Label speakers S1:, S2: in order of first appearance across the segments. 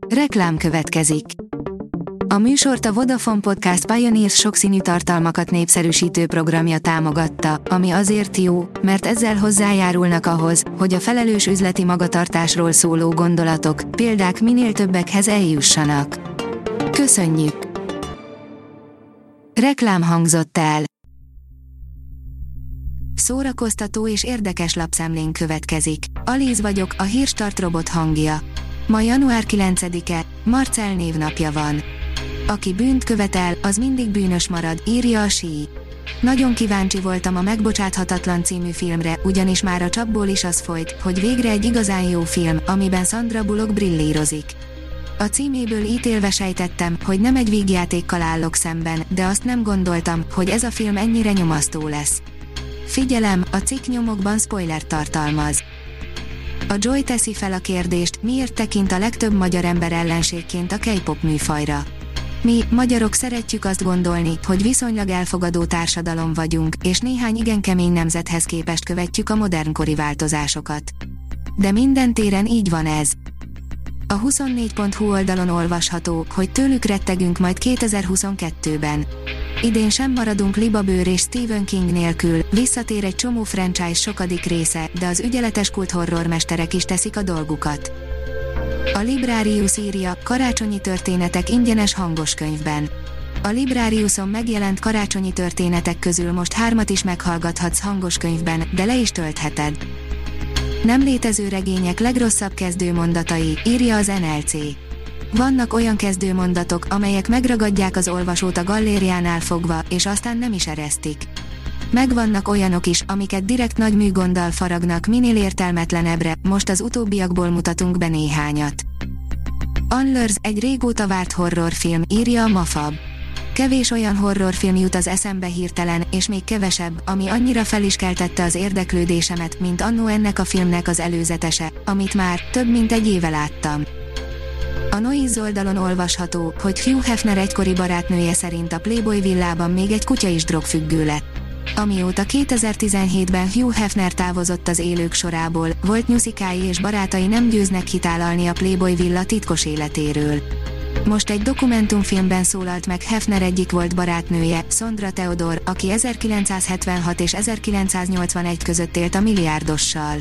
S1: Reklám következik. A műsort a Vodafone Podcast Pioneers sokszínű tartalmakat népszerűsítő programja támogatta, ami azért jó, mert ezzel hozzájárulnak ahhoz, hogy a felelős üzleti magatartásról szóló gondolatok, példák minél többekhez eljussanak. Köszönjük! Reklám hangzott el. Szórakoztató és érdekes lapszemlén következik. Alíz vagyok, a Hírstart robot hangja. Ma január 9-e, Marcell névnapja van. Aki bűnt követel, az mindig bűnös marad, írja a Sí. Nagyon kíváncsi voltam a Megbocsáthatatlan című filmre, ugyanis már a csapból is az folyt, hogy végre egy igazán jó film, amiben Sandra Bullock brillírozik. A címéből ítélve sejtettem, hogy nem egy vígjátékkal állok szemben, de azt nem gondoltam, hogy ez a film ennyire nyomasztó lesz. Figyelem, a cikk nyomokban spoilert tartalmaz. A Joy teszi fel a kérdést, miért tekint a legtöbb magyar ember ellenségként a K-pop műfajra. Mi, magyarok szeretjük azt gondolni, hogy viszonylag elfogadó társadalom vagyunk, és néhány igen kemény nemzethez képest követjük a modernkori változásokat. De minden téren így van ez. A 24.hu oldalon olvasható, hogy tőlük rettegünk majd 2022-ben. Idén sem maradunk libabőr és Stephen King nélkül, visszatér egy csomó franchise sokadik része, de az ügyeletes kulthorrormesterek is teszik a dolgukat. A Librarius írja, karácsonyi történetek ingyenes hangoskönyvben. A Librariuson megjelent karácsonyi történetek közül most 3 is meghallgathatsz hangoskönyvben, de le is töltheted. Nem létező regények legrosszabb kezdőmondatai, írja az NLC. Vannak olyan kezdőmondatok, amelyek megragadják az olvasót a gallériánál fogva, és aztán nem is eresztik. Megvannak olyanok is, amiket direkt nagy műgonddal faragnak minél értelmetlenebbre, most az utóbbiakból mutatunk be néhányat. Antlers, egy régóta várt horrorfilm, írja a Mafab. Kevés olyan horrorfilm jut az eszembe hirtelen, és még kevesebb, ami annyira fel is keltette az érdeklődésemet, mint annó ennek a filmnek az előzetese, amit már több mint egy éve láttam. A Noise oldalon olvasható, hogy Hugh Hefner egykori barátnője szerint a Playboy villában még egy kutya is drogfüggő lett. Amióta 2017-ben Hugh Hefner távozott az élők sorából, volt nyuszikái és barátai nem győznek kitálalni a Playboy villa titkos életéről. Most egy dokumentumfilmben szólalt meg Hefner egyik volt barátnője, Sondra Theodore, aki 1976 és 1981 között élt a milliárdossal.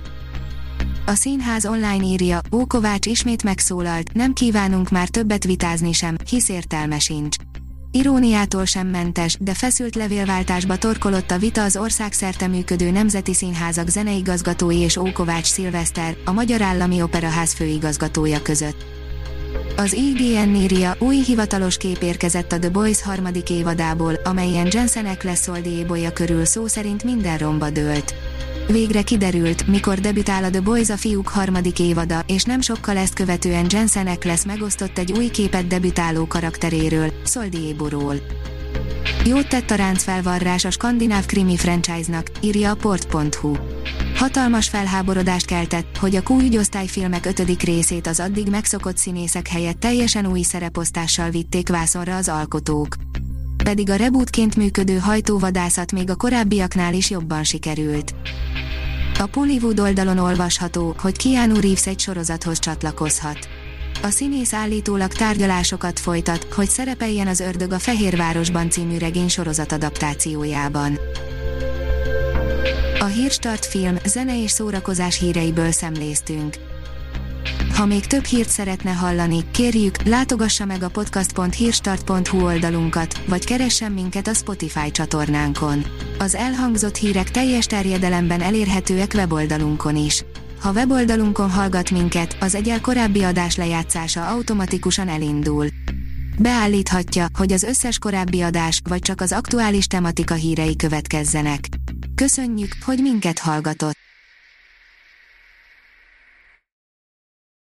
S1: A Színház online írja, Ó Kovács ismét megszólalt, nem kívánunk már többet vitázni sem, hisz értelme sincs. Iróniától sem mentes, de feszült levélváltásba torkolott a vita az országszerte működő nemzeti színházak zeneigazgatói és Ó Kovács Szilveszter, a Magyar Állami Operaház főigazgatója között. Az IGN írja, új hivatalos kép érkezett a The Boys 3. évadából, amelyen Jensen Ackles oldébolya körül szó szerint minden romba dőlt. Végre kiderült, mikor debütál a The Boys a fiúk 3. évada, és nem sokkal ezt követően Jensen Ackles megosztott egy új képet debütáló karakteréről, Soldiéboról. Jót tett a ráncfelvarrás a skandináv krimi franchise-nak, írja a port.hu. Hatalmas felháborodást keltett, hogy a Q-ügyosztály filmek 5. részét az addig megszokott színészek helyett teljesen új szereposztással vitték vászonra az alkotók. Pedig a rebootként működő hajtóvadászat még a korábbiaknál is jobban sikerült. A Pollywood oldalon olvasható, hogy Keanu Reeves egy sorozathoz csatlakozhat. A színész állítólag tárgyalásokat folytat, hogy szerepeljen az Ördög a Fehérvárosban című regény sorozat adaptációjában. A Hírstart film, zene és szórakozás híreiből szemléztünk. Ha még több hírt szeretne hallani, kérjük, látogassa meg a podcast.hírstart.hu oldalunkat, vagy keressen minket a Spotify csatornánkon. Az elhangzott hírek teljes terjedelemben elérhetőek weboldalunkon is. Ha weboldalunkon hallgat minket, az egyel korábbi adás lejátszása automatikusan elindul. Beállíthatja, hogy az összes korábbi adás, vagy csak az aktuális tematika hírei következzenek. Köszönjük, hogy minket hallgatott!